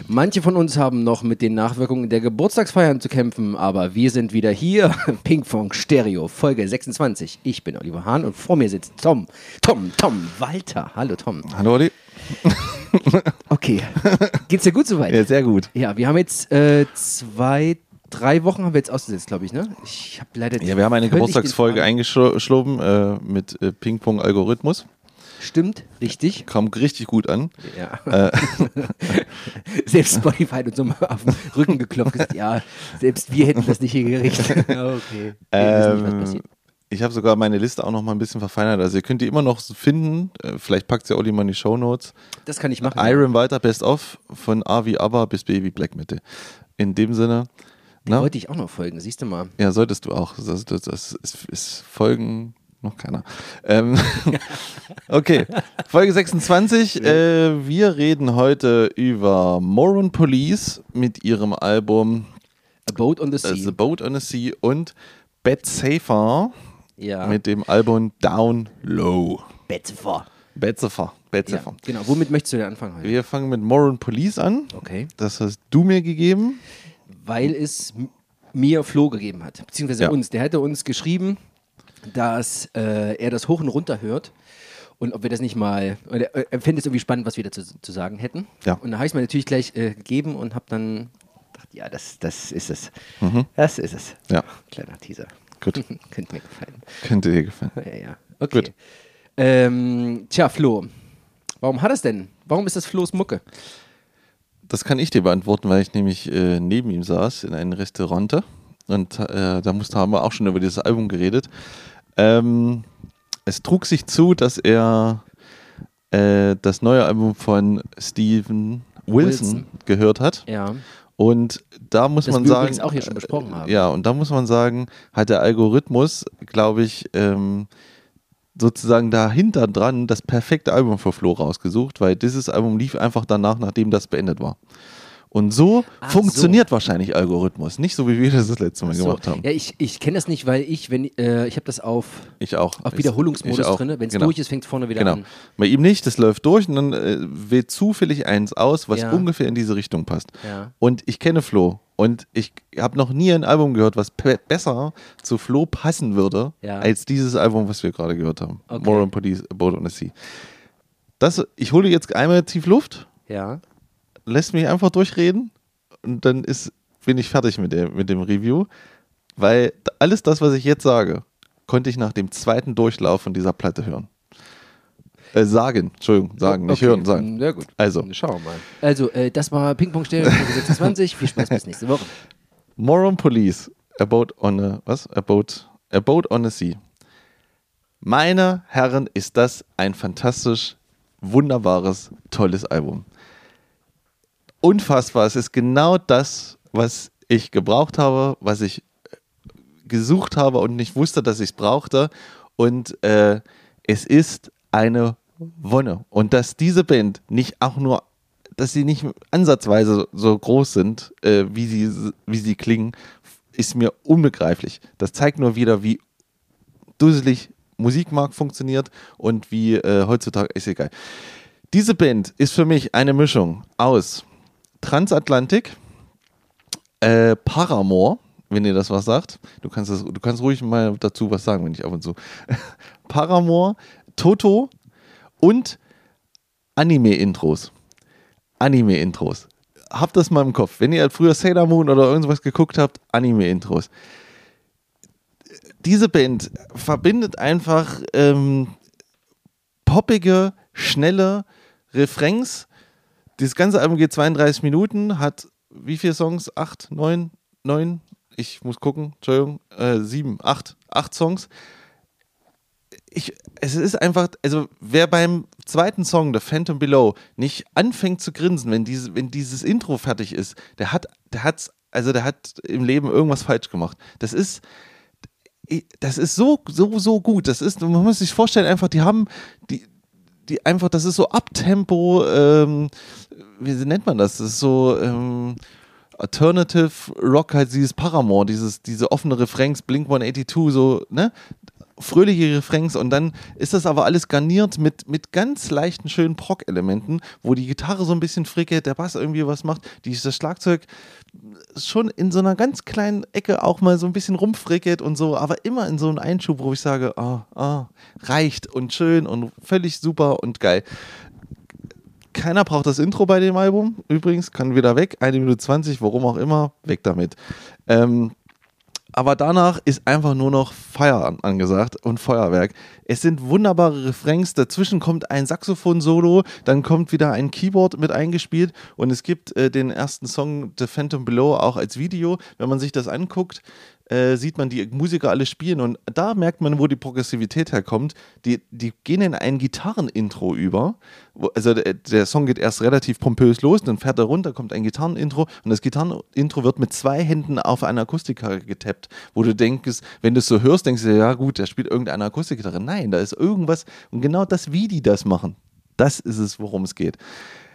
Manche von uns haben noch mit den Nachwirkungen der Geburtstagsfeiern zu kämpfen, aber wir sind wieder hier. Pinkfunk Stereo, Folge 26. Ich bin Oliver Hahn und vor mir sitzt Tom Walter. Hallo Tom. Hallo Olli. Okay, geht's dir gut soweit? Ja, sehr gut. Ja, wir haben jetzt 3 Wochen haben wir jetzt ausgesetzt, glaube ich, ne? Ich habe leider wir haben eine Geburtstagsfolge eingeschoben mit Ping-Pong-Algorithmus. Stimmt, richtig. Kam richtig gut an. Ja. Selbst Spotify hat uns so mal auf den Rücken geklopft. Gesagt, ja, selbst wir hätten das nicht hingekriegt. Okay. Was passiert. Ich habe sogar meine Liste auch noch mal ein bisschen verfeinert. Also ihr könnt die immer noch finden. Vielleicht packt ihr Olli mal in die Shownotes. Das kann ich machen. Iron Walter Best of von A wie ABBA bis B wie Black Metal. In dem Sinne. Den wollte ich auch noch folgen, siehst du mal. Ja, solltest du auch. Das ist Folgen noch keiner. Okay, Folge 26. Wir reden heute über Moron Police mit ihrem Album A Boat on the Sea. The Boat on the Sea und Bet Safer mit dem Album Down Low. Bet Safer. Ja, genau, womit möchtest du denn anfangen heute? Wir fangen mit Moron Police an. Okay. Das hast du mir gegeben. Weil es mir Flo gegeben hat, beziehungsweise uns. Der hatte uns geschrieben, dass er das hoch und runter hört und ob wir das nicht mal, er fände es irgendwie spannend, was wir dazu zu sagen hätten. Ja. Und da habe ich es mir natürlich gleich gegeben und habe dann gedacht, ja, das ist es. Das ist es. Ja. Kleiner Teaser. Gut. Könnte mir gefallen. Könnte dir gefallen. Ja. Okay. Gut. Flo, warum hat es denn? Warum ist das Flo's Mucke? Das kann ich dir beantworten, weil ich nämlich neben ihm saß in einem Restaurant und haben wir auch schon über dieses Album geredet. Es trug sich zu, dass er das neue Album von Steven Wilson gehört hat. Ja. Und da muss man sagen, das wir auch hier schon besprochen haben. Ja, und da muss man sagen, hat der Algorithmus, glaube ich, sozusagen dahinter dran das perfekte Album für Flo rausgesucht, weil dieses Album lief einfach danach, nachdem das beendet war. Und so funktioniert wahrscheinlich Algorithmus, nicht so wie wir das letzte Mal gemacht haben. Ja, ich kenne das nicht, weil ich habe das auf Wiederholungsmodus drin. Wenn es durch ist, fängt es vorne wieder an. Bei ihm nicht, das läuft durch und dann wählt zufällig eins aus, was ungefähr in diese Richtung passt. Ja. Und ich kenne Flo und ich habe noch nie ein Album gehört, was besser zu Flo passen würde, als dieses Album, was wir gerade gehört haben. Okay. Moron Police, A Boat on the Sea. Ich hole jetzt einmal tief Luft. Ja. Lässt mich einfach durchreden und dann bin ich fertig mit dem Review, weil alles das, was ich jetzt sage, konnte ich nach dem zweiten Durchlauf von dieser Platte hören. Sagen, nicht hören, sagen. Sehr gut. Also. Schauen wir mal. Also, das war Ping-Pong Stereo 26. Viel Spaß bis nächste Woche. Moron Police, A Boat on the Sea. Meine Herren, ist das ein fantastisch, wunderbares, tolles Album. Unfassbar, es ist genau das, was ich gebraucht habe, was ich gesucht habe und nicht wusste, dass ich es brauchte. Und es ist eine Wonne. Und dass diese Band dass sie nicht ansatzweise so groß sind, wie sie klingen, ist mir unbegreiflich. Das zeigt nur wieder, wie dusselig Musikmarkt funktioniert und wie heutzutage, ist egal. Diese Band ist für mich eine Mischung aus Transatlantik, Paramore, wenn ihr das was sagt. Du kannst ruhig mal dazu was sagen, wenn ich ab und zu. Paramore, Toto und Anime-Intros. Habt das mal im Kopf. Wenn ihr halt früher Sailor Moon oder irgendwas geguckt habt, Anime-Intros. Diese Band verbindet einfach poppige, schnelle Refrains. Das ganze Album geht 32 Minuten, hat wie viele Songs? 8, 9? Ich muss gucken, Entschuldigung, 7, 8 Songs. Es ist einfach, also wer beim zweiten Song, The Phantom Below, nicht anfängt zu grinsen, wenn dieses Intro fertig ist, der hat im Leben irgendwas falsch gemacht. Das ist so gut. Man muss sich vorstellen, einfach, die haben die einfach, das ist so Uptempo, wie nennt man das? Das ist so Alternative Rock, halt dieses Paramore, diese offene Refrains, Blink-182, so, ne? fröhliche Refrains und dann ist das aber alles garniert mit ganz leichten, schönen Prog-Elementen, wo die Gitarre so ein bisschen frickelt, der Bass irgendwie was macht, das Schlagzeug schon in so einer ganz kleinen Ecke auch mal so ein bisschen rumfrickelt und so, aber immer in so einem Einschub, wo ich sage, reicht und schön und völlig super und geil. Keiner braucht das Intro bei dem Album, übrigens, kann wieder weg, 1 Minute 20, warum auch immer, weg damit. Aber danach ist einfach nur noch Feuer angesagt und Feuerwerk. Es sind wunderbare Refrains, dazwischen kommt ein Saxophon-Solo, dann kommt wieder ein Keyboard mit eingespielt und es gibt den ersten Song The Phantom Below auch als Video. Wenn man sich das anguckt, sieht man die Musiker alle spielen und da merkt man, wo die Progressivität herkommt. Die gehen in ein Gitarrenintro über. Also der Song geht erst relativ pompös los, dann fährt er runter, kommt ein Gitarrenintro und das Gitarrenintro wird mit 2 Händen auf eine Akustikgitarre getappt, wo du denkst, wenn du es so hörst, denkst du, ja gut, da spielt irgendeine Akustikgitarre. Nein, da ist irgendwas und genau das, wie die das machen, das ist es, worum es geht.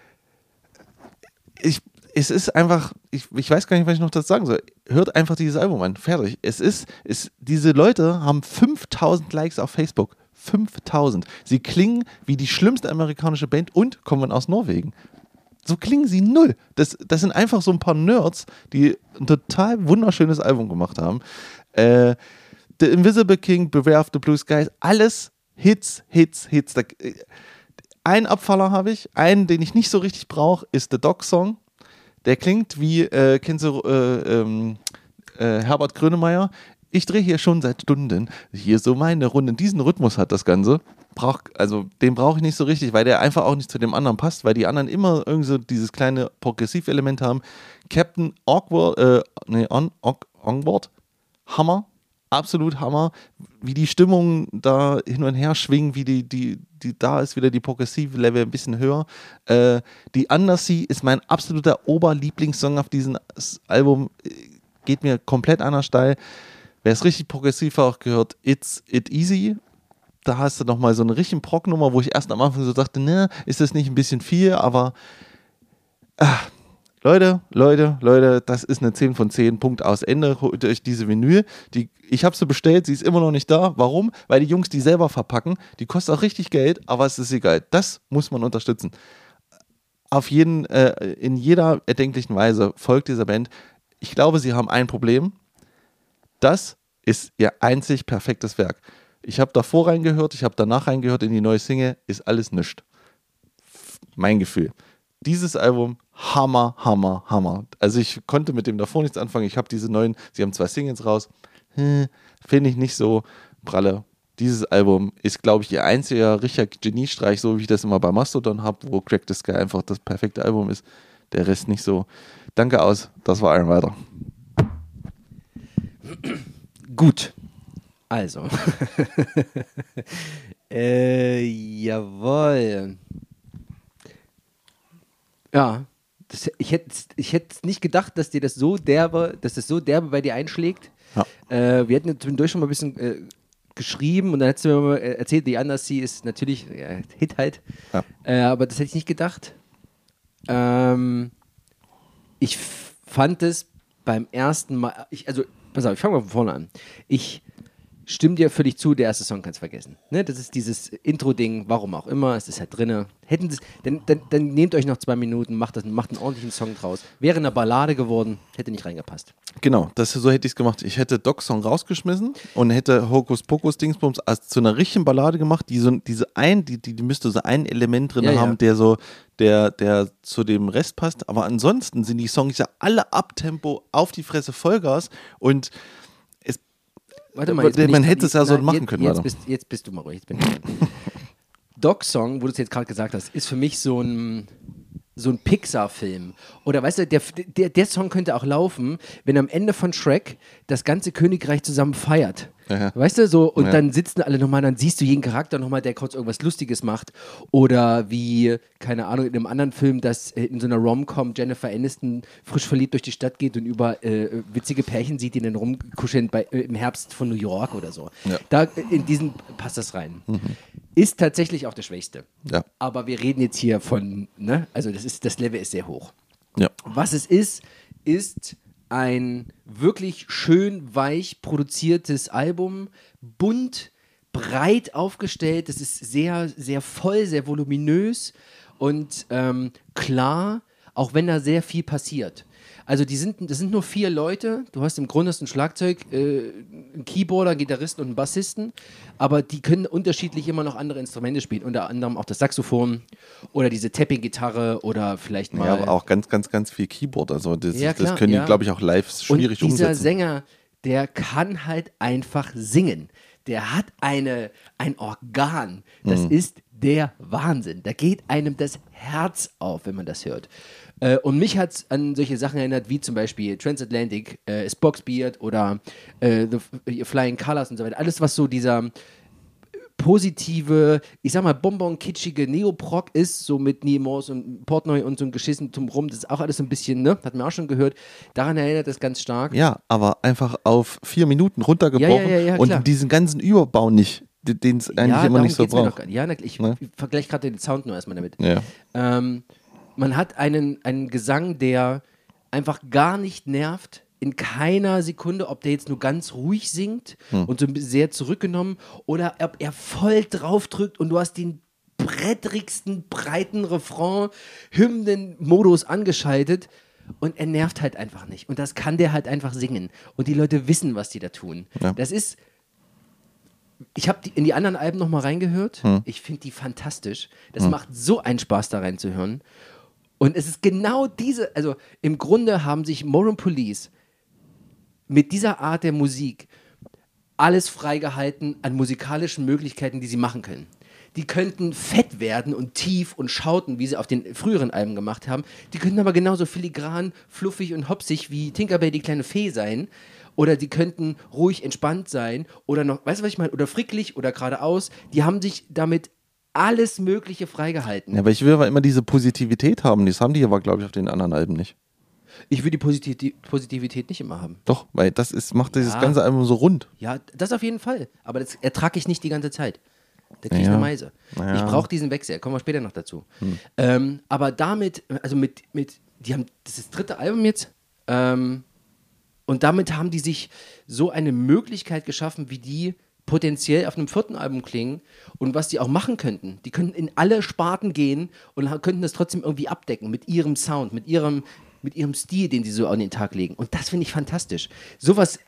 Es ist einfach, ich weiß gar nicht, was ich noch dazu sagen soll. Hört einfach dieses Album an. Fertig. Diese Leute haben 5000 Likes auf Facebook. 5000. Sie klingen wie die schlimmste amerikanische Band und kommen aus Norwegen. So klingen sie null. Das sind einfach so ein paar Nerds, die ein total wunderschönes Album gemacht haben. The Invisible King, Beware of the Blue Skies, alles Hits. Einen Abfaller habe ich, einen, den ich nicht so richtig brauche, ist The Dog Song. Der klingt wie, kennst du Herbert Grönemeyer? Ich drehe hier schon seit Stunden hier so meine Runden. Diesen Rhythmus hat das Ganze. Den brauche ich nicht so richtig, weil der einfach auch nicht zu dem anderen passt, weil die anderen immer irgendwie so dieses kleine Progressivelement haben. Captain Onward, Hammer. Absolut Hammer, wie die Stimmung da hin und her schwingen, wie die da ist wieder die progressive Level ein bisschen höher. Die Undersea ist mein absoluter Oberlieblingssong auf diesem Album, geht mir komplett an der Steil. Wer es richtig progressiv auch gehört, It's It Easy. Da hast du nochmal so eine richtige Prog-Nummer, wo ich erst am Anfang so dachte, ne, ist das nicht ein bisschen viel, aber Leute, das ist eine 10 von 10, Punkt aus Ende. Holt euch diese Vinyl. Ich habe sie bestellt, sie ist immer noch nicht da. Warum? Weil die Jungs die selber verpacken. Die kostet auch richtig Geld, aber es ist egal. Das muss man unterstützen. In jeder erdenklichen Weise folgt dieser Band. Ich glaube, sie haben ein Problem. Das ist ihr einzig perfektes Werk. Ich habe davor reingehört, ich habe danach reingehört in die neue Single, ist alles nichts. Mein Gefühl. Dieses Album, Hammer. Also ich konnte mit dem davor nichts anfangen. Ich habe sie haben 2 Singles raus. Finde ich nicht so pralle. Dieses Album ist, glaube ich, ihr einziger richtiger Geniestreich, so wie ich das immer bei Mastodon habe, wo Crack the Sky einfach das perfekte Album ist. Der Rest nicht so. Danke aus, das war Iron weiter. Gut. Also. Jawohl. Ja, ich hätte nicht gedacht, dass das so derbe bei dir einschlägt. Ja. Wir hatten ja zwischendurch schon mal ein bisschen geschrieben und dann hättest du mir mal erzählt, The Undersea ist natürlich Hit halt. Ja. Aber das hätte ich nicht gedacht. Ich fand es beim ersten Mal, pass auf, ich fange mal von vorne an. Ich stimme dir völlig zu, der erste Song kannst du vergessen. Ne? Das ist dieses Intro-Ding, warum auch immer, es ist halt drinne. Dann nehmt euch noch 2 Minuten, macht einen ordentlichen Song draus. Wäre eine Ballade geworden, hätte nicht reingepasst. Genau, so hätte ich es gemacht. Ich hätte Doc Song rausgeschmissen und hätte Hokus Pokus Dingsbums zu einer richtigen Ballade gemacht, die müsste so ein Element drin haben, der zu dem Rest passt. Aber ansonsten sind die Songs ja alle Abtempo, auf die Fresse, Vollgas und warte mal, man hätte es ja so machen können. Jetzt bist du mal ruhig. Doc Song, wo du es jetzt gerade gesagt hast, ist für mich so ein Pixar-Film. Oder weißt du, der Song könnte auch laufen, wenn am Ende von Shrek das ganze Königreich zusammen feiert. Ja. Weißt du, so, und dann sitzen alle nochmal, dann siehst du jeden Charakter nochmal, der kurz irgendwas Lustiges macht. Oder wie, keine Ahnung, in einem anderen Film, dass in so einer Rom-Com Jennifer Aniston frisch verliebt durch die Stadt geht und über witzige Pärchen sieht, die dann rumkuscheln im Herbst von New York oder so. Ja. In diesen passt das rein. Mhm. Ist tatsächlich auch der Schwächste. Ja. Aber wir reden jetzt hier von, ne, also das Level ist sehr hoch. Ja. Was es ist ein wirklich schön weich produziertes Album, bunt, breit aufgestellt, das ist sehr, sehr voll, sehr voluminös und klar, auch wenn da sehr viel passiert. Also das sind nur 4 Leute, du hast im Grunde ein Schlagzeug, einen Keyboarder, einen Gitarristen und einen Bassisten, aber die können unterschiedlich immer noch andere Instrumente spielen, unter anderem auch das Saxophon oder diese Tapping-Gitarre oder vielleicht mal... Ja, aber auch ganz, ganz, ganz viel Keyboard, also das klar, können die, glaube ich, auch live schwierig und dieser umsetzen. Sänger, der kann halt einfach singen. Der hat ein Organ, das ist der Wahnsinn. Da geht einem das Herz auf, wenn man das hört. Und mich hat es an solche Sachen erinnert, wie zum Beispiel Transatlantic, Spock's Beard oder The Flying Colours und so weiter. Alles, was so dieser positive, ich sag mal, bonbon-kitschige Neoprog ist, so mit Neil Morse und Portnoy und so ein Geschissen drumherum, das ist auch alles so ein bisschen, ne, hat man auch schon gehört, daran erinnert das ganz stark. Ja, aber einfach auf 4 Minuten runtergebrochen klar. und diesen ganzen Überbau nicht, den es eigentlich immer nicht so braucht. Ich vergleiche gerade den Sound nur erstmal damit. Ja. Man hat einen Gesang, der einfach gar nicht nervt, in keiner Sekunde, ob der jetzt nur ganz ruhig singt und so sehr zurückgenommen oder ob er voll draufdrückt und du hast den brettrigsten, breiten Refrain, Hymnen-Modus angeschaltet und er nervt halt einfach nicht. Und das kann der halt einfach singen. Und die Leute wissen, was die da tun. Ja. Das ist... Ich habe in die anderen Alben nochmal reingehört. Ich finde die fantastisch. Das macht so einen Spaß, da reinzuhören. Und es ist genau diese, also im Grunde haben sich Modern Police mit dieser Art der Musik alles freigehalten an musikalischen Möglichkeiten, die sie machen können. Die könnten fett werden und tief und schauten, wie sie auf den früheren Alben gemacht haben. Die könnten aber genauso filigran, fluffig und hopsig wie Tinkerbell die kleine Fee sein. Oder die könnten ruhig entspannt sein oder noch, weißt du, was ich meine? Oder fricklich oder geradeaus. Die haben sich damit alles Mögliche freigehalten. Ja, aber ich will aber immer diese Positivität haben. Das haben die aber, glaube ich, auf den anderen Alben nicht. Ich will die Positivität nicht immer haben. Doch, weil macht dieses ganze Album so rund. Ja, das auf jeden Fall. Aber das ertrage ich nicht die ganze Zeit. Da kriege ich eine Meise. Ja. Ich brauche diesen Wechsel. Kommen wir später noch dazu. Aber damit, also die haben, das ist das 3. Album jetzt, und damit haben die sich so eine Möglichkeit geschaffen, wie die potenziell auf einem 4. Album klingen und was die auch machen könnten. Die könnten in alle Sparten gehen und könnten das trotzdem irgendwie abdecken mit ihrem Sound, mit ihrem Stil, den sie so an den Tag legen. Und das finde ich fantastisch. Sowas,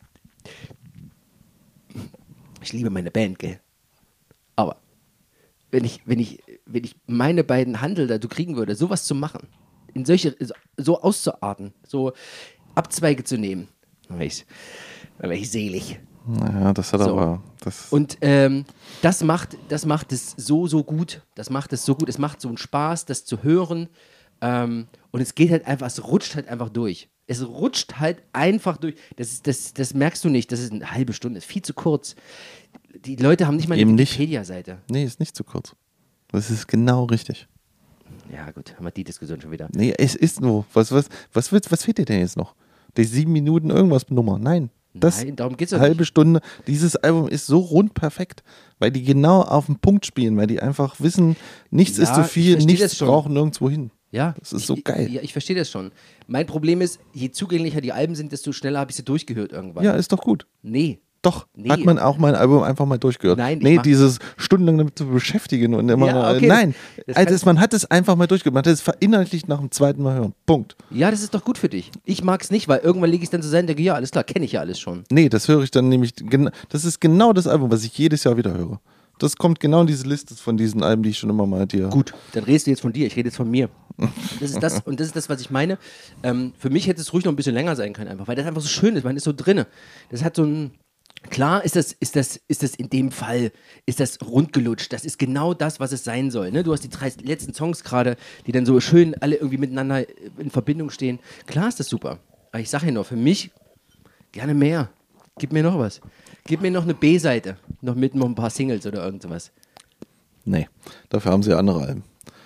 ich liebe meine Band, gell? Aber wenn ich meine beiden Handel dazu kriegen würde, sowas zu machen, so auszuarten, so Abzweige zu nehmen, dann wäre ich selig. Naja, das hat so. Aber... Und das macht es so gut. Das macht es so gut. Es macht so einen Spaß, das zu hören. Und es geht halt einfach, es rutscht halt einfach durch. Es rutscht halt einfach durch. Das merkst du nicht. Das ist eine halbe Stunde. Das ist viel zu kurz. Die Leute haben nicht mal eine Wikipedia-Seite. Nee, ist nicht zu kurz. Das ist genau richtig. Ja, gut, haben wir die Diskussion schon wieder. Nee, es ist nur. Was fehlt dir denn jetzt noch? Die 7 Minuten irgendwas Nummer? Nein, darum geht's ja nicht. Halbe Stunde. Dieses Album ist so rund perfekt, weil die genau auf den Punkt spielen, weil die einfach wissen, nichts ist zu viel, nichts braucht nirgendwo hin. Ja, das ist so geil. Ja, ich verstehe das schon. Mein Problem ist, je zugänglicher die Alben sind, desto schneller habe ich sie durchgehört irgendwann. Ja, ist doch gut. Nee. Doch, hat man auch mein Album einfach mal durchgehört. Nein, dieses stundenlang damit zu beschäftigen und immer, nein. Man hat es einfach mal durchgehört, man hat es verinnerlicht nach dem 2. Mal hören. Punkt. Ja, das ist doch gut für dich. Ich mag es nicht, weil irgendwann lege ich es dann so sein und denke, ja, alles klar, kenne ich ja alles schon. Nee, das höre ich dann nämlich, das ist genau das Album, was ich jedes Jahr wieder höre. Das kommt genau in diese Liste von diesen Alben, die ich schon immer mal dir... Gut, dann redest du jetzt von dir, ich rede jetzt von mir. Das ist das, was ich meine. Für mich hätte es ruhig noch ein bisschen länger sein können, einfach, weil das einfach so schön ist, man ist so drinne. Das hat so ein... Klar ist das in dem Fall, ist das rundgelutscht. Das ist genau das, was es sein soll. Ne? Du hast die 3 letzten Songs gerade, die dann so schön alle irgendwie miteinander in Verbindung stehen. Klar ist das super. Aber ich sage ja nur, für mich gerne mehr. Gib mir noch was. Gib mir noch eine B-Seite. Noch mit noch ein paar Singles oder irgend sowas. Nee, dafür haben sie andere Alben.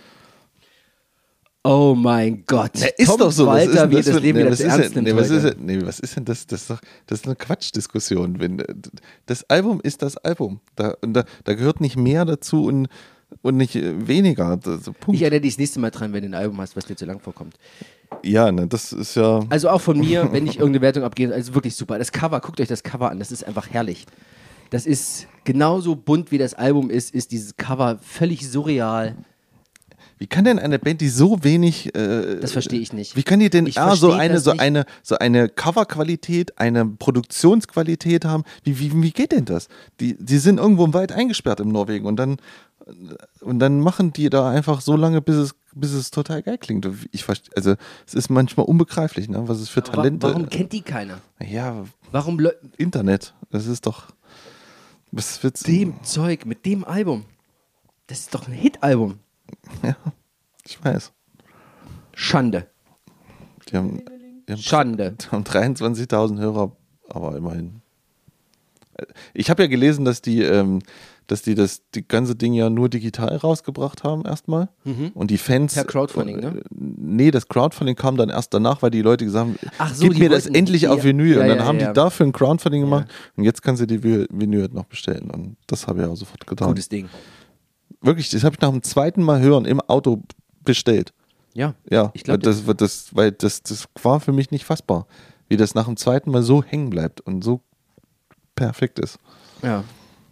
Oh mein Gott. Na, ist Tom doch so. Walter, wie das Leben wieder zu ernst nimmt. Was ist denn das? Das ist eine Quatschdiskussion. Das Album ist das Album. Da gehört nicht mehr dazu und nicht weniger. Punkt. Ich erinnere dich das nächste Mal dran, wenn du ein Album hast, was dir zu lang vorkommt. Ja, ne, das ist ja... Also auch von mir, wenn ich irgendeine Wertung abgebe, also wirklich super. Das Cover, guckt euch das Cover an, das ist einfach herrlich. Das ist genauso bunt, wie das Album ist dieses Cover völlig surreal. Wie kann denn eine Band, die so wenig Das verstehe ich nicht. Wie kann die denn Ich so verstehe das eine Coverqualität, eine Produktionsqualität haben? Wie geht denn das? Die sind irgendwo im Wald eingesperrt in Norwegen und dann machen die da einfach so lange, bis es total geil klingt. Also es ist manchmal unbegreiflich, ne, was es für Talente. Warum kennt die keiner? Ja, Warum Internet. Das ist doch. Was wird's? Dem Zeug mit dem Album? Das ist doch ein Hit-Album. Ja, ich weiß. Schande. Die haben Schande. 23.000 Hörer, aber immerhin. Ich habe ja gelesen, dass die das ganze Ding ja nur digital rausgebracht haben erstmal. Und die Fans. Per Crowdfunding, ne? Nee, das Crowdfunding kam dann erst danach, weil die Leute gesagt haben, ach so, gib mir das endlich auf Vinyl. Und dann haben die dafür ein Crowdfunding gemacht. Und jetzt kannst du die Vinyl halt noch bestellen. Und das habe ich auch sofort getan. Gutes Ding. Wirklich, das habe ich nach dem zweiten Mal hören im Auto bestellt. Ja, ich glaube, das war für mich nicht fassbar, wie das nach dem zweiten Mal so hängen bleibt und so perfekt ist. Ja.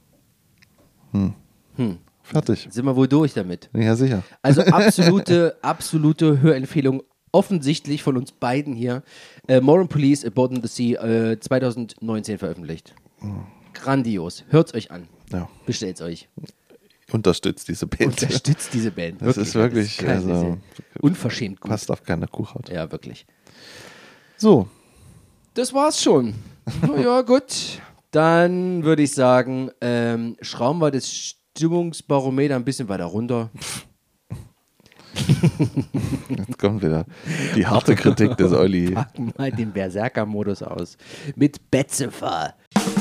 Fertig. Sind wir wohl durch damit? Ja, sicher. Also absolute Hörempfehlung, offensichtlich von uns beiden hier. Moral Police, A Boat in the Sea, 2019 veröffentlicht. Grandios. Hört's euch an. Ja. Bestellt's euch. Unterstützt diese Band. Unterstützt diese Band. Das ist wirklich unverschämt gut. Passt auf keine Kuhhaut. Ja, wirklich. So. Das war's schon. Ja, gut. Dann würde ich sagen, schrauben wir das Stimmungsbarometer ein bisschen weiter runter. Jetzt kommt wieder die harte Kritik des Olli. Packen mal den Berserker-Modus aus. Mit Betzefer.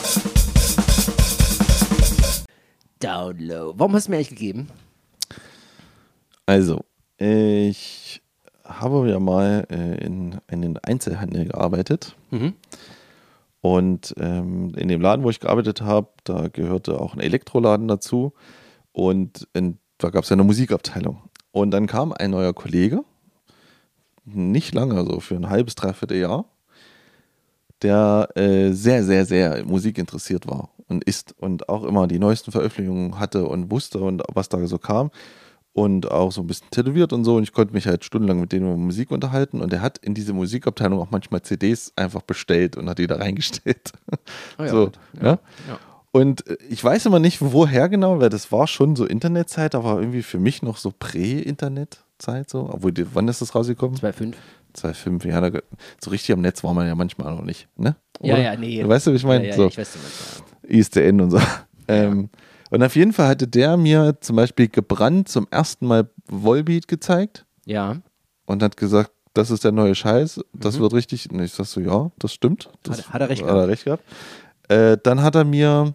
Download. Warum hast du mir eigentlich gegeben? Also, ich habe ja mal in einen Einzelhandel gearbeitet. Und in dem Laden, wo ich gearbeitet habe, da gehörte auch ein Elektroladen dazu. Und da gab es eine Musikabteilung. Und dann kam ein neuer Kollege, nicht lange, so für ein halbes, dreiviertel Jahr, der sehr, sehr, sehr musikinteressiert war und ist und auch immer die neuesten Veröffentlichungen hatte und wusste und was da so kam und auch so ein bisschen tätowiert und so, und ich konnte mich halt stundenlang mit denen über Musik unterhalten, und er hat in diese Musikabteilung auch manchmal CDs einfach bestellt und hat die da reingestellt. Oh ja, so, ja. Und ich weiß immer nicht, woher genau, weil das war schon so Internetzeit, aber irgendwie für mich noch so Prä-Internetzeit so. Obwohl, wann ist das rausgekommen? 2,5. 2,5, ja, so richtig am Netz war man ja manchmal noch nicht, ne? Oder? Ja, nee. Weißt du, wie ich meine? Ja, so. ich weiß, was ISDN und so. Und auf jeden Fall hatte der mir zum Beispiel gebrannt zum ersten Mal Volbeat gezeigt. Ja. Und hat gesagt, das ist der neue Scheiß, das wird richtig. Und ich sag so, ja, das stimmt. Hat er recht gehabt. Hat er recht gehabt. Dann hat er mir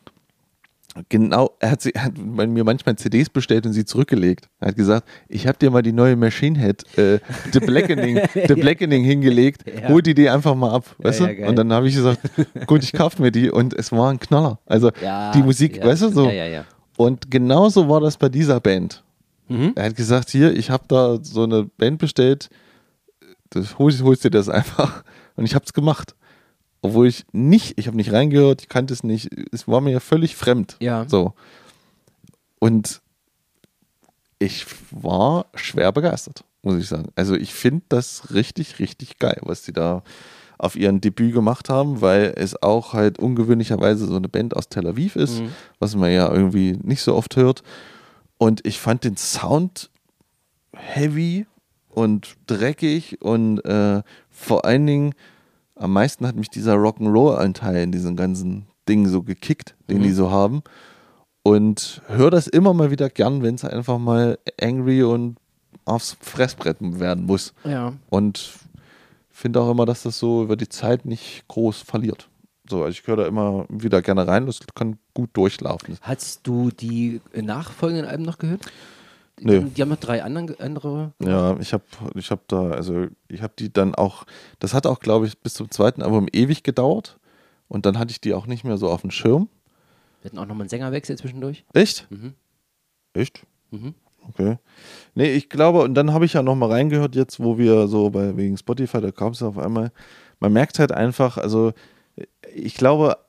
er hat mir manchmal CDs bestellt und sie zurückgelegt. Er hat gesagt, ich habe dir mal die neue Machine Head, The Blackening hingelegt, hol die einfach mal ab, weißt du? Geil. Und dann habe ich gesagt, gut, ich kaufe mir die, und es war ein Knaller. Also die Musik, weißt du, so. Ja. Und genauso war das bei dieser Band. Er hat gesagt, hier, ich habe da so eine Band bestellt, holst dir das einfach. Und ich habe es gemacht. Obwohl ich habe nicht reingehört, ich kannte es nicht, es war mir völlig fremd. Ja. So. Und ich war schwer begeistert, muss ich sagen. Also ich finde das richtig, richtig geil, was die da auf ihren Debüt gemacht haben, weil es auch halt ungewöhnlicherweise so eine Band aus Tel Aviv ist, was man ja irgendwie nicht so oft hört. Und ich fand den Sound heavy und dreckig, und vor allen Dingen am meisten hat mich dieser Rock'n'Roll-Anteil in diesem ganzen Ding so gekickt, den die so haben. Und höre das immer mal wieder gern, wenn es einfach mal angry und aufs Fressbrett werden muss. Ja. Und finde auch immer, dass das so über die Zeit nicht groß verliert. So, also ich höre da immer wieder gerne rein, das kann gut durchlaufen. Hast du die nachfolgenden Alben noch gehört? Nö. Die haben noch 3 andere. Ja, ich habe die dann auch, das hat auch, glaube ich, bis zum zweiten Album ewig gedauert, und dann hatte ich die auch nicht mehr so auf dem Schirm. Wir hatten auch nochmal einen Sängerwechsel zwischendurch. Echt? Echt? Mhm. Okay. Nee, ich glaube, und dann habe ich ja nochmal reingehört, jetzt, wo wir so wegen Spotify, da kam es auf einmal, man merkt halt einfach, also ich glaube,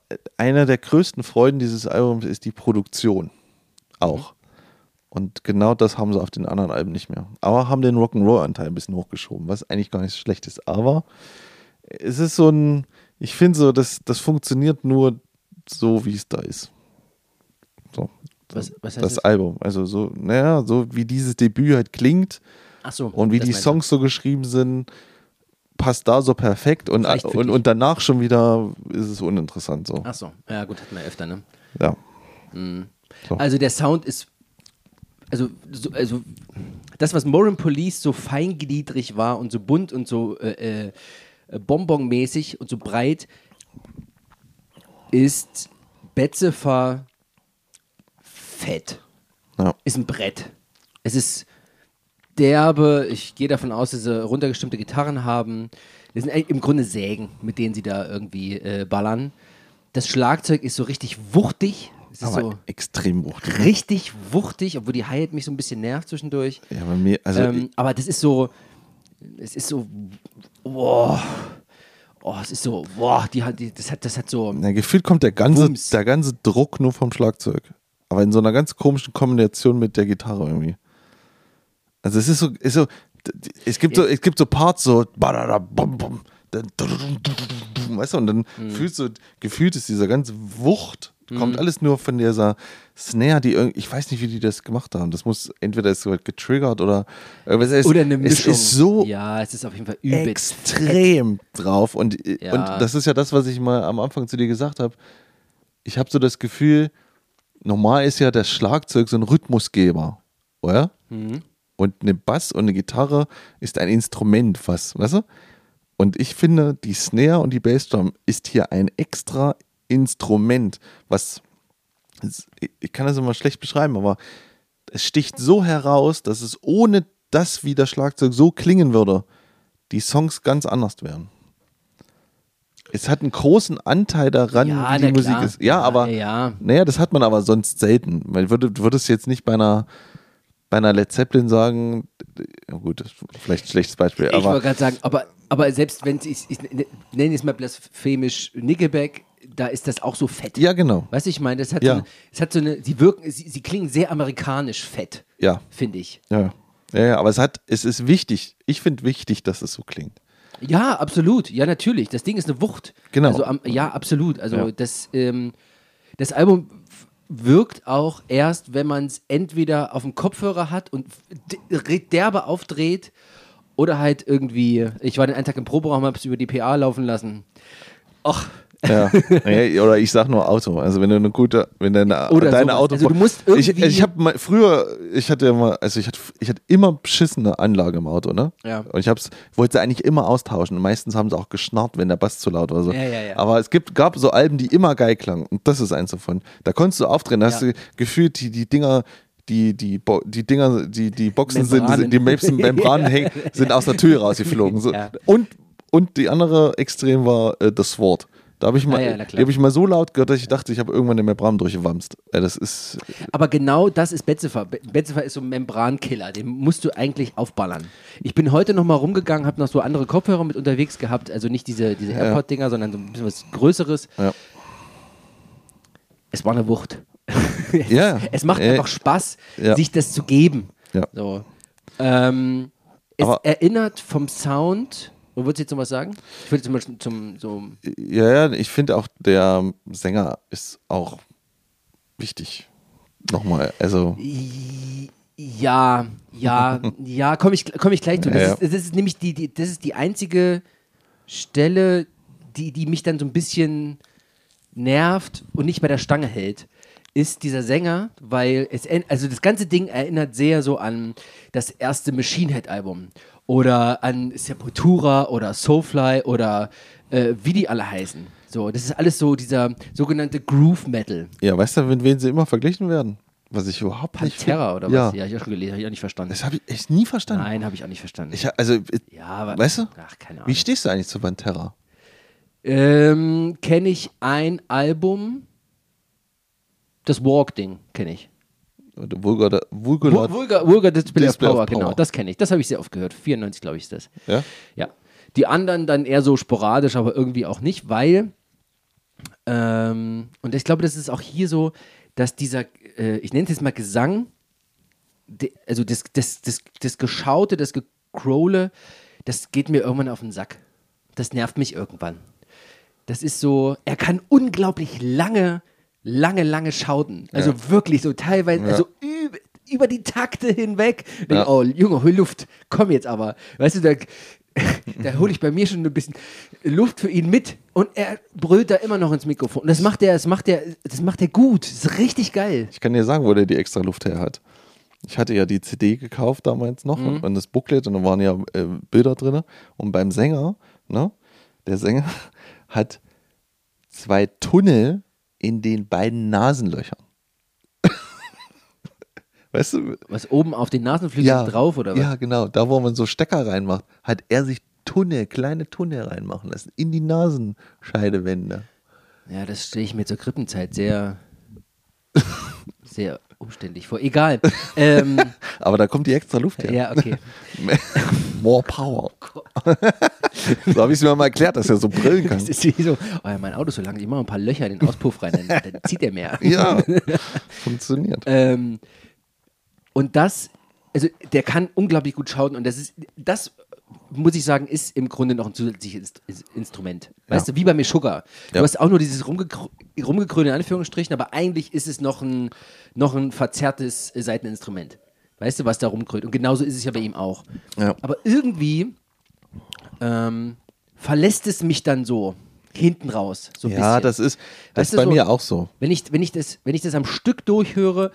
einer der größten Freuden dieses Albums ist die Produktion. Auch. Und genau das haben sie auf den anderen Alben nicht mehr. Aber haben den Rock'n'Roll-Anteil ein bisschen hochgeschoben, was eigentlich gar nicht so schlecht ist. Aber es ist so ein, ich finde so, das funktioniert nur so, wie es da ist. So. Was heißt das Album. Also so, naja, so wie dieses Debüt halt klingt Ach so, und wie die Songs so geschrieben sind, passt da so perfekt und danach schon wieder ist es uninteressant. So. Ach so, ja gut, hatten wir öfter, ne? Ja. So. Also der Sound ist, also das, was Morin Police so feingliedrig war und so bunt und so bonbonmäßig und so breit, ist Betzefer fett. Ja. Ist ein Brett. Es ist derbe, ich gehe davon aus, dass sie runtergestimmte Gitarren haben. Das sind im Grunde Sägen, mit denen sie da irgendwie ballern. Das Schlagzeug ist so richtig wuchtig. Es ist Aber so extrem wuchtig. richtig wuchtig, obwohl die Hi-Hat mich so ein bisschen nervt zwischendurch. Ja, bei mir, also Aber das ist so, boah, es ist so, boah, das hat so. na, gefühlt kommt der ganze Bums. Druck nur vom Schlagzeug. Aber in so einer ganz komischen Kombination mit der Gitarre irgendwie. Also es ist so, es gibt so Parts so, weißt du, und dann gefühlt ist dieser ganze Wucht, kommt alles nur von dieser Snare, die irgendwie, ich weiß nicht, wie die das gemacht haben. Das muss, entweder ist es halt getriggert oder Oder eine Mischung. Es ist so ja, es ist auf jeden Fall übelst extrem drauf. Und das ist ja das, was ich mal am Anfang zu dir gesagt habe. Ich habe so das Gefühl, normal ist ja das Schlagzeug so ein Rhythmusgeber, oder? Und eine Bass und eine Gitarre ist ein Instrument, weißt du? Und ich finde, die Snare und die Bassdrum ist hier ein extra Instrument, was, ich kann das immer schlecht beschreiben, aber es sticht so heraus, dass es ohne das, wie das Schlagzeug so klingen würde, die Songs ganz anders wären. Es hat einen großen Anteil daran, Ja, wie die na Musik klar. ist. Ja, aber Ja. naja, das hat man aber sonst selten. Man würdest jetzt nicht bei einer Led Zeppelin sagen, ja gut, das ist vielleicht ein schlechtes Beispiel, Ich aber wollte gerade sagen, aber selbst wenn ich nenne es mal blasphemisch Nickelback, da ist das auch so fett. ja, genau. Weißt du, ich meine, das hat Ja. es hat so eine, sie klingen sehr amerikanisch fett, Ja, finde ich. ja, aber es ist wichtig. Ich finde wichtig, dass es so klingt. Ja, absolut. Ja, natürlich. Das Ding ist eine Wucht. Genau. Also, ja, absolut. Also Ja. das Album wirkt auch erst, wenn man es entweder auf dem Kopfhörer hat und derbe aufdreht oder halt irgendwie, ich war den einen Tag im Proberaum, habe es über die PA laufen lassen. Ach, Ja. Ja, oder ich sag nur Auto. Also wenn du eine gute, wenn deine Oder sowas. Auto. Also du musst irgendwie- ich habe mal früher, ich hatte immer beschissene Anlage im Auto, ne? Ja. Und wollte sie eigentlich immer austauschen. Und meistens haben sie auch geschnarrt, wenn der Bass zu laut war. So. Ja. Aber es gab so Alben, die immer geil klangen. Und das ist eins davon. Da konntest du aufdrehen, da hast du gefühlt die Dinger. Die Boxen Membranen. die Membranen hängen, sind aus der Tür rausgeflogen. So. Ja. Und die andere Extrem war das Wort. Da habe ich na die klar. habe ich mal so laut gehört, dass ich dachte, ich habe irgendwann eine Membran durchgewamst. Das ist, Aber genau das ist Betzefer. Betzefer ist so ein Membrankiller, den musst du eigentlich aufballern. Ich bin heute noch mal rumgegangen, habe noch so andere Kopfhörer mit unterwegs gehabt, also nicht diese AirPod-Dinger, sondern so ein bisschen was Größeres. Ja. Es war eine Wucht. Ja. Es macht einfach Spaß, Ja. sich das zu geben. Ja. So. Es Aber- erinnert vom Sound. Wo würdest du jetzt noch was sagen? Ich würde zum Beispiel ja, ich finde auch, der Sänger ist auch wichtig. Nochmal, also. Ja, komme ich gleich zu. Ja. Das ist nämlich das ist die einzige Stelle, die mich dann so ein bisschen nervt und nicht bei der Stange hält, ist dieser Sänger, weil also das ganze Ding erinnert sehr so an das erste Machine Head Album oder an Sepultura oder Soulfly oder wie die alle heißen. So, das ist alles so dieser sogenannte Groove Metal. Ja, weißt du, mit wem sie immer verglichen werden? Was ich überhaupt nicht Pantera oder was? Ja. Ja, ich auch schon gelesen, habe ich auch nicht verstanden. Das habe ich echt nie verstanden. Nein, habe ich auch nicht verstanden. Ja, aber, weißt du, ach, keine wie Ahnung. stehst du eigentlich zu Pantera? Kenne ich ein Album, das Walk-Ding kenne ich. Vulgar Display of Display of Power, genau, Power. das kenne ich. Das habe ich sehr oft gehört. 94, glaube ich, ist das. Ja? Ja. Die anderen dann eher so sporadisch, aber irgendwie auch nicht, weil Und ich glaube, das ist auch hier so, dass dieser, ich nenne es jetzt mal Gesang, also das Geschaute, das Gecrawle, das geht mir irgendwann auf den Sack. Das nervt mich irgendwann. Das ist so, er kann unglaublich lange schauten. Also wirklich so teilweise, also über die Takte hinweg. Denk, oh, Junge, hol Luft, komm jetzt aber. Weißt du, da hole ich bei mir schon ein bisschen Luft für ihn mit und er brüllt da immer noch ins Mikrofon. Und das macht er gut. Das ist richtig geil. Ich kann dir sagen, wo der die extra Luft her hat. Ich hatte ja die CD gekauft damals noch und das Booklet und da waren ja Bilder drin. Und beim Sänger, ne, der Sänger hat 2 Tunnel in den beiden Nasenlöchern. Weißt du? Was oben auf den Nasenflügeln drauf oder was? Ja, genau. Da, wo man so Stecker reinmacht, hat er sich kleine Tunnel reinmachen lassen. In die Nasenscheidewände. Ja, das stelle ich mir zur Krippenzeit sehr, sehr umständlich vor. Egal. Aber da kommt die extra Luft her. Ja, okay. More power. So habe ich es mir mal erklärt, dass er so brillen kann. Das ist wie so, oh ja, mein Auto ist so lang, ich mache ein paar Löcher in den Auspuff rein, dann zieht er mehr. Ja, funktioniert. Und das, also der kann unglaublich gut schauen und das muss ich sagen, ist im Grunde noch ein zusätzliches Instrument. Weißt du, wie bei Meshuggah. Du hast auch nur dieses rumgekrönte in Anführungsstrichen, aber eigentlich ist es noch ein verzerrtes Saiteninstrument. Weißt du, was da rumkrönt? Und genauso ist es ja bei ihm auch. Ja. Aber irgendwie verlässt es mich dann so hinten raus. So ein bisschen. Das ist Weißt du, bei so, mir auch so. Wenn ich das am Stück durchhöre,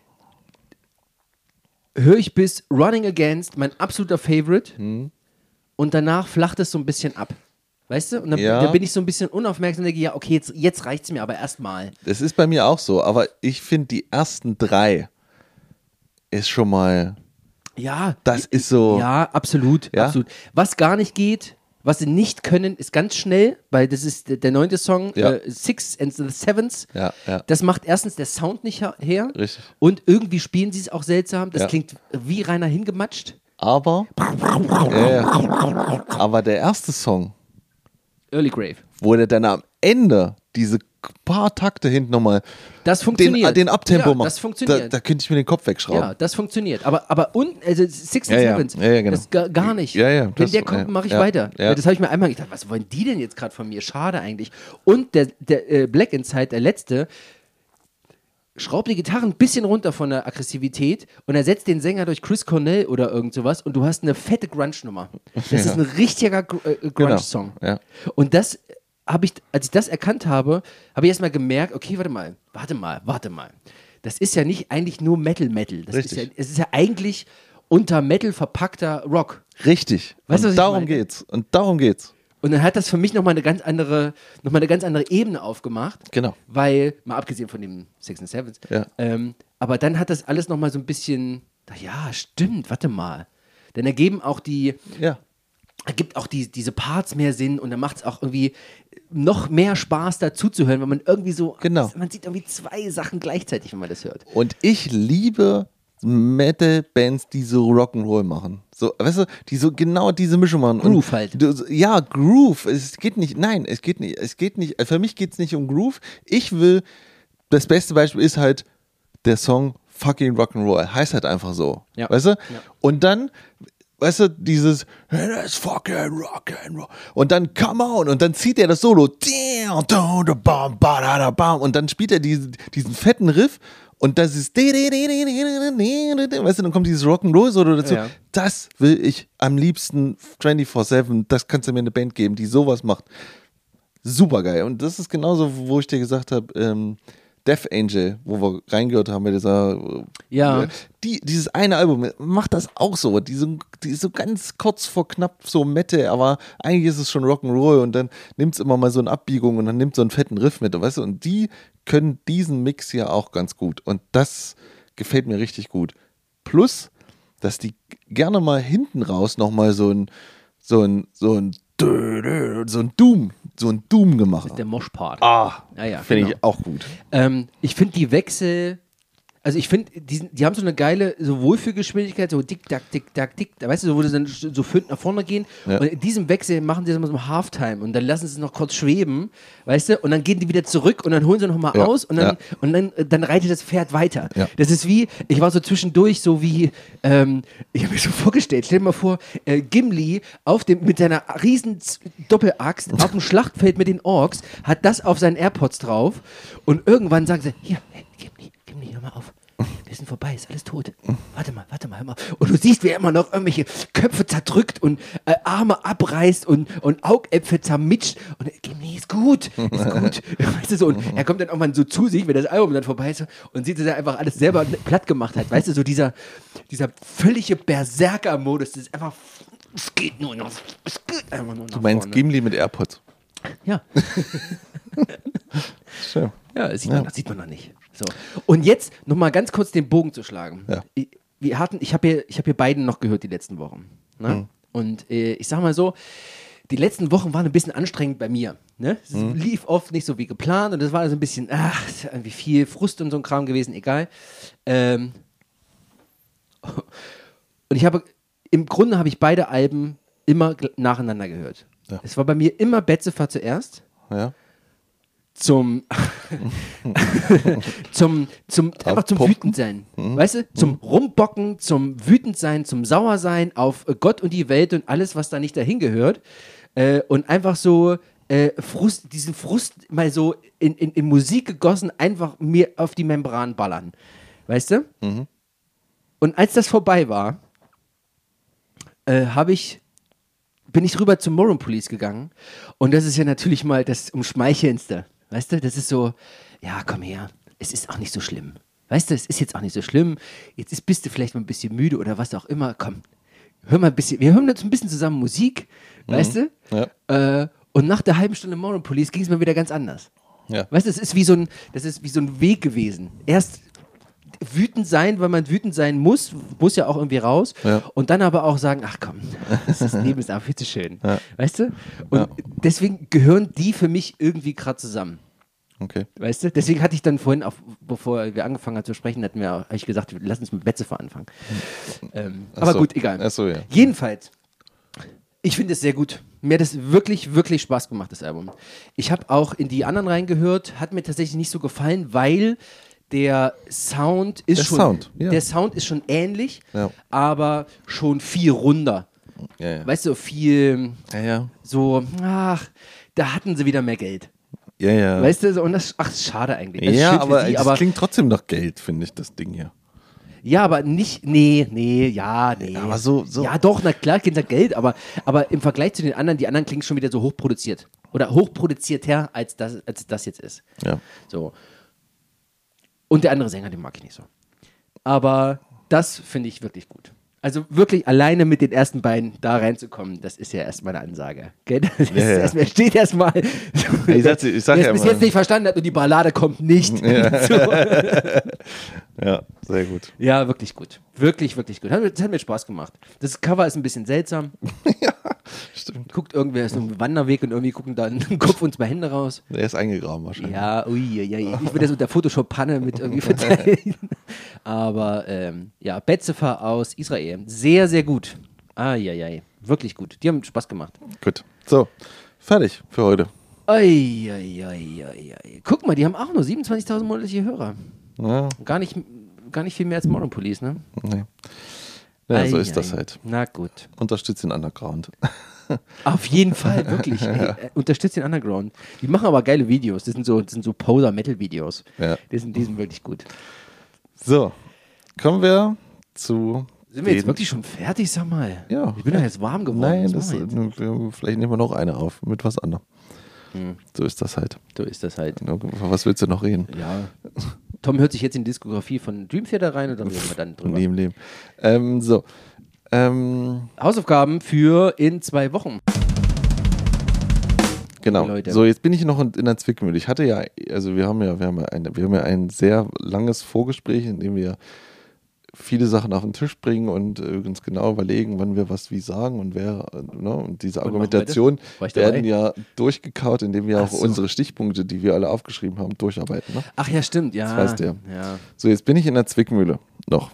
höre ich bis Running Against, mein absoluter Favorite, und danach flacht es so ein bisschen ab. Weißt du? Und dann bin ich so ein bisschen unaufmerksam und denke, ja, okay, jetzt reicht es mir aber erstmal. Das ist bei mir auch so, aber ich finde, die ersten 3 ist schon mal. Ja. Das ist so. Ja, absolut. Ja? Absolut. Was gar nicht geht, was sie nicht können, ist ganz schnell, weil das ist der 9. Song, Six and the Sevens. Ja. Das macht erstens der Sound nicht her. Richtig. Und irgendwie spielen sie es auch seltsam. Das klingt wie reiner hingematscht. Aber der erste Song, Early Grave, wo der dann am Ende diese paar Takte hinten nochmal das funktioniert. Den Abtempo ja, macht. Das funktioniert. Da könnte ich mir den Kopf wegschrauben. Ja, das funktioniert. Aber also Six and Sevens, genau. das gar nicht. Ja, Wenn der kommt, mache ich weiter. Ja, das habe ich mir einmal gedacht, was wollen die denn jetzt gerade von mir? Schade eigentlich. Und der Black Inside, der letzte, schraubt die Gitarre ein bisschen runter von der Aggressivität und ersetzt den Sänger durch Chris Cornell oder irgend sowas und du hast eine fette Grunge-Nummer. Das ist ein richtiger Grunge-Song. Genau. Ja. Und das habe ich, als ich das erkannt habe, habe ich erstmal gemerkt, okay, warte mal. Das ist ja nicht eigentlich nur Metal. Es ist ja eigentlich unter Metal verpackter Rock. Richtig. Weißt du, was Und darum geht's. Und dann hat das für mich nochmal eine ganz andere Ebene aufgemacht. Genau. Weil, mal abgesehen von dem Six and Sevens, aber dann hat das alles nochmal so ein bisschen, ja, stimmt, warte mal. Dann ergeben auch ergibt auch diese Parts mehr Sinn und dann macht es auch irgendwie noch mehr Spaß dazu zu hören, weil man irgendwie so, man sieht irgendwie 2 Sachen gleichzeitig, wenn man das hört. Und ich liebe Metal-Bands, die so Rock'n'Roll machen. So, weißt du, die so genau diese Mischung machen. Groove halt. Ja, Groove. Es geht nicht, für mich geht es nicht um Groove. Das beste Beispiel ist halt der Song Fucking Rock'n'Roll. Heißt halt einfach so. Ja. Weißt du? Ja. Und dann, weißt du, dieses It's fucking Rock'n'Roll. Und dann Come On. Und dann zieht er das Solo. Und dann spielt er diesen fetten Riff. Und das ist, weißt du, dann kommt dieses Rock'n'Roll-Solo dazu. Ja. Das will ich am liebsten 24/7. Das kannst du mir eine Band geben, die sowas macht. Super geil. Und das ist genauso, wo ich dir gesagt habe, Death Angel, wo wir reingehört haben mit dieser. Ja. Dieses eine Album macht das auch so. Die ist so ganz kurz vor knapp so Metal, aber eigentlich ist es schon Rock'n'Roll und dann nimmt es immer mal so eine Abbiegung und dann nimmt so einen fetten Riff mit, weißt du? Und die können diesen Mix hier auch ganz gut. Und das gefällt mir richtig gut. Plus, dass die gerne mal hinten raus nochmal so ein Doom gemacht. Das ist der Mosh-Part. Finde ich auch gut. Ich finde die Wechsel, Also ich finde, die haben so eine geile so Wohlfühlgeschwindigkeit, so dick, dack, weißt du, so, wo sie dann so fünf nach vorne gehen und in diesem Wechsel machen sie das immer so Halftime und dann lassen sie es noch kurz schweben, weißt du, und dann gehen die wieder zurück und dann holen sie noch mal aus und dann reitet das Pferd weiter. Ja. Das ist wie, ich war so zwischendurch so wie, ich habe mir so vorgestellt, stell dir mal vor, Gimli mit seiner riesen Doppelaxt auf dem Schlachtfeld mit den Orks, hat das auf seinen AirPods drauf und irgendwann sagen sie, hier, hey, Gimli, hör mal auf. Wir sind vorbei, ist alles tot. Warte mal, hör mal. Und du siehst, wie er immer noch irgendwelche Köpfe zerdrückt und Arme abreißt und Augäpfel zermitscht. Und Gimli ist gut. Weißt du, so, und er kommt dann irgendwann so zu sich, wenn das Album dann vorbei ist und sieht, dass er einfach alles selber platt gemacht hat. Weißt du, so dieser völlige Berserker-Modus, das ist einfach, es geht nur noch, es geht einfach nur noch. Du meinst vorne. Gimli mit AirPods? Ja. Schön. Ja, das sieht man noch nicht. So. Und jetzt nochmal ganz kurz den Bogen zu schlagen. Ja. Ich habe hier beiden noch gehört die letzten Wochen. Ne? Und ich sag mal so, die letzten Wochen waren ein bisschen anstrengend bei mir. Ne? Es lief oft nicht so wie geplant und das war also ein bisschen, irgendwie viel Frust und so ein Kram gewesen, egal. Und im Grunde habe ich beide Alben immer nacheinander gehört. Ja. Es war bei mir immer Betzefer zuerst. Ja. Zum Wütendsein. Weißt du? Zum Rumbocken, zum Wütendsein, zum Sauersein auf Gott und die Welt und alles, was da nicht dahin gehört. Und einfach so diesen Frust mal so in Musik gegossen, einfach mir auf die Membran ballern. Weißt du? Mhm. Und als das vorbei war, bin ich rüber zum Moron Police gegangen. Und das ist ja natürlich mal das Umschmeichelndste. Weißt du, das ist so, ja, komm her, es ist auch nicht so schlimm. Weißt du, es ist jetzt auch nicht so schlimm. Jetzt bist du vielleicht mal ein bisschen müde oder was auch immer. Komm, hör mal ein bisschen, wir hören jetzt ein bisschen zusammen Musik, weißt du? Ja. Und nach der halben Stunde Moron Police ging es mir wieder ganz anders. Ja. Weißt du, das ist wie so ein Weg gewesen. Erst wütend sein, weil man wütend sein muss ja auch irgendwie raus. Ja. Und dann aber auch sagen, ach komm, das Leben ist aber viel zu schön. Ja. Weißt du? Und deswegen gehören die für mich irgendwie gerade zusammen. Okay. Weißt du? Deswegen hatte ich dann vorhin, bevor wir angefangen haben zu sprechen, habe ich gesagt, lass uns mit Betzefer anfangen. Aber gut, egal. Ach so, ja. Jedenfalls, ich finde es sehr gut. Mir hat es wirklich, wirklich Spaß gemacht, das Album. Ich habe auch in die anderen reingehört, hat mir tatsächlich nicht so gefallen, weil der Sound ist schon ähnlich, aber schon viel runder. Ja, ja. Weißt du, viel so, da hatten sie wieder mehr Geld. Ja, ja. Weißt du, und das ist schade eigentlich. Das aber es klingt trotzdem nach Geld, finde ich, das Ding hier. Ja, aber nicht, nee. Aber so. Ja, doch, na klar, kennt er Geld, aber im Vergleich zu den anderen, die anderen klingen schon wieder so hochproduziert. Oder hochproduzierter, als das jetzt ist. Ja. So. Und der andere Sänger, den mag ich nicht so. Aber das finde ich wirklich gut. Also wirklich alleine mit den ersten beiden da reinzukommen, das ist ja erstmal eine Ansage. Gell? Steht erstmal. Ich sag wer es bis jetzt nicht verstanden hat und die Ballade kommt nicht. Ja, so. Ja, sehr gut. Ja, wirklich gut. Wirklich, wirklich gut. Das hat mir Spaß gemacht. Das Cover ist ein bisschen seltsam. Ja, stimmt. Guckt irgendwer, ist ein Wanderweg und irgendwie gucken da im Kopf und zwei Hände raus. Der ist eingegraben wahrscheinlich. Ja, ich will das mit der Photoshop-Panne mit irgendwie verteilen. Aber Betzefer aus Israel. Sehr, sehr gut. Wirklich gut. Die haben Spaß gemacht. Gut. So, fertig für heute. Guck mal, die haben auch nur 27.000 monatliche Hörer. Ja. Gar nicht viel mehr als Moron Police, ne? Nee. Ja, so ist das halt. Na gut. Unterstützt den Underground. Auf jeden Fall, wirklich. Unterstützt den Underground. Die machen aber geile Videos. Das sind so Poser-Metal-Videos. Ja. Die sind wirklich gut. So, kommen wir zu... Sind wir jetzt wirklich schon fertig, sag mal? Ja. Ich bin doch jetzt warm geworden. Nein, vielleicht nehmen wir noch eine auf mit was anderem. So ist das halt. Was willst du noch reden? Ja. Tom hört sich jetzt in die Diskografie von Dream Theater rein und dann reden wir dann drüber. Nie im Leben. Hausaufgaben für in 2 Wochen. Genau. So, jetzt bin ich noch in der Zwickmühle. Ich hatte wir haben ja ein sehr langes Vorgespräch, in dem wir viele Sachen auf den Tisch bringen und ganz genau überlegen, wann wir was wie sagen und wer, ne? Und diese Argumentation werden ja durchgekaut, indem wir auch unsere Stichpunkte, die wir alle aufgeschrieben haben, durcharbeiten. Ne? Ach ja, stimmt, ja. Das weißt du ja. Ja. So, jetzt bin ich in der Zwickmühle noch.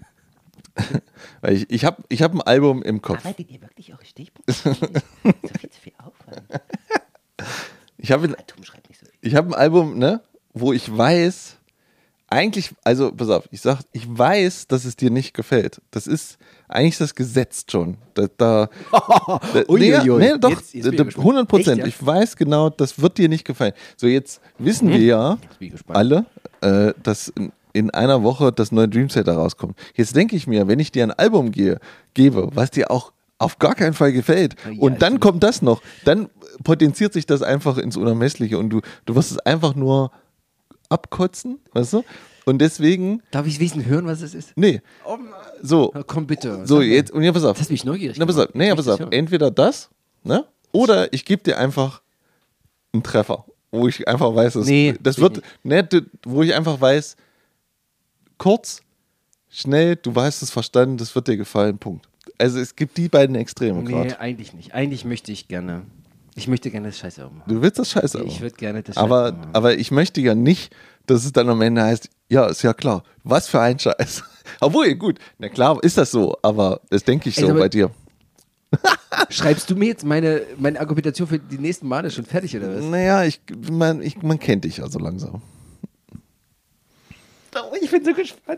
Weil ich hab ein Album im Kopf. Arbeitet ihr wirklich eure Stichpunkte? Das ist viel zu viel Aufwand. Ich habe ein Album, ne, wo ich weiß, eigentlich, also pass auf, ich weiß, dass es dir nicht gefällt. Das ist eigentlich das Gesetz schon. Nee, doch, Jetzt 100%. Ja? Ich weiß genau, das wird dir nicht gefallen. So, jetzt wissen wir ja alle, dass in einer Woche das neue Dream Theater rauskommt. Jetzt denke ich mir, wenn ich dir ein Album gebe, was dir auch auf gar keinen Fall gefällt, und dann kommt das noch, dann potenziert sich das einfach ins Unermessliche und du wirst es einfach nur abkotzen, weißt du? Und deswegen... Darf ich wissen, hören, was es ist? Nee. So. Na, komm bitte. So, jetzt, und ja, pass auf. Das hat mich neugierig gemacht. Pass auf. Entweder das, ne? Oder ich gebe dir einfach einen Treffer, wo ich einfach weiß, wo ich einfach weiß, kurz, schnell, du hast es verstanden, das wird dir gefallen, Punkt. Also es gibt die beiden Extreme gerade. Nee, eigentlich nicht. Eigentlich möchte ich gerne das Scheißalbum haben. Du willst das Scheißalbum? Ich würde gerne das Scheißalbum haben. Aber ich möchte ja nicht, dass es dann am Ende heißt, ja, ist ja klar, was für ein Scheiß. Obwohl, gut, na klar ist das so, aber das denke ich so bei dir. Schreibst du mir jetzt meine Argumentation für die nächsten Male schon fertig, oder was? Naja, man kennt dich ja so langsam. Oh, ich bin so gespannt.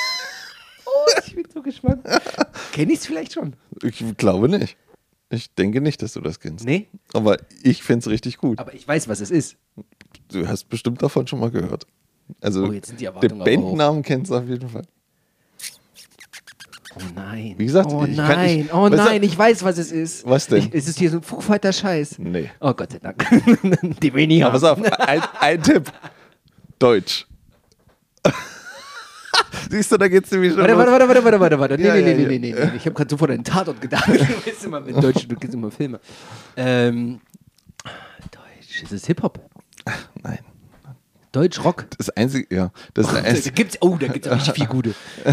Kenn ich es vielleicht schon? Ich glaube nicht. Ich denke nicht, dass du das kennst. Nee? Aber ich finde es richtig gut. Aber ich weiß, was es ist. Du hast bestimmt davon schon mal gehört. Also jetzt sind die Erwartungen den Bandnamen kennst du auf jeden Fall. Oh nein. Wie gesagt, ich weiß, was es ist. Was denn? Es ist hier so ein Foo Fighter Scheiß. Nee. Oh Gott sei Dank. Die weniger. Aber pass auf, ein Tipp. Deutsch. Siehst du, da geht's nämlich schon. Warte. Nee. Ich habe gerade sofort an den Tatort gedacht. Du weißt immer mit Deutsch, du kennst immer Filme. Deutsch, ist es Hip-Hop? Nein. Deutsch, Rock? Das Einzige, ja. Da gibt's richtig viel Gute.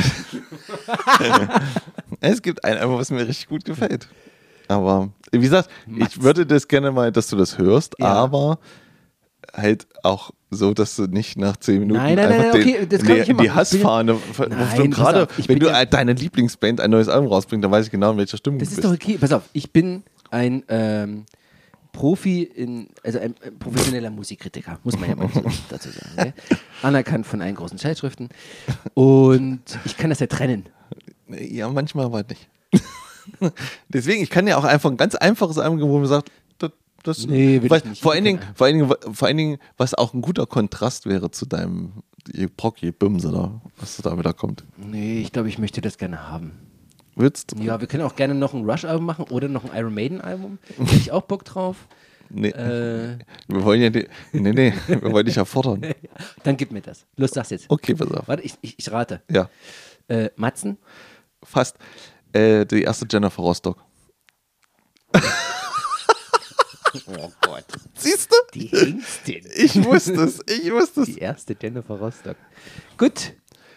Es gibt ein Album, was mir richtig gut gefällt. Aber, wie gesagt, ich würde das gerne mal, dass du das hörst, aber halt auch so, dass du nicht nach 10 Minuten die Hassfahne, gerade wenn du deine Lieblingsband ein neues Album rausbringst, dann weiß ich genau, in welcher Stimmung du bist. Das ist doch okay. Pass auf, ich bin ein ein professioneller Musikkritiker, muss man ja mal dazu sagen. Okay? Anerkannt von allen großen Zeitschriften. Und ich kann das ja trennen. Ja, manchmal aber nicht. Deswegen, ich kann ja auch einfach ein ganz einfaches Album geben, wo man sagt, das will ich nicht. Vor allen Dingen, was auch ein guter Kontrast wäre zu deinem Bums oder was da wieder kommt. Nee, ich glaube, ich möchte das gerne haben. Würdest du? Ja, wir können auch gerne noch ein Rush-Album machen oder noch ein Iron Maiden-Album. Hätte ich auch Bock drauf. Nee. Wir wollen ja wir wollen dich ja fordern. Dann gib mir das. Los, sag's jetzt. Okay, pass auf. Warte, ich rate. Ja. Matzen? Fast. Die erste Jennifer Rostock. Oh Gott. Siehst du? Die Hengstin. Ich wusste es. Die erste Jennifer Rostock. Gut.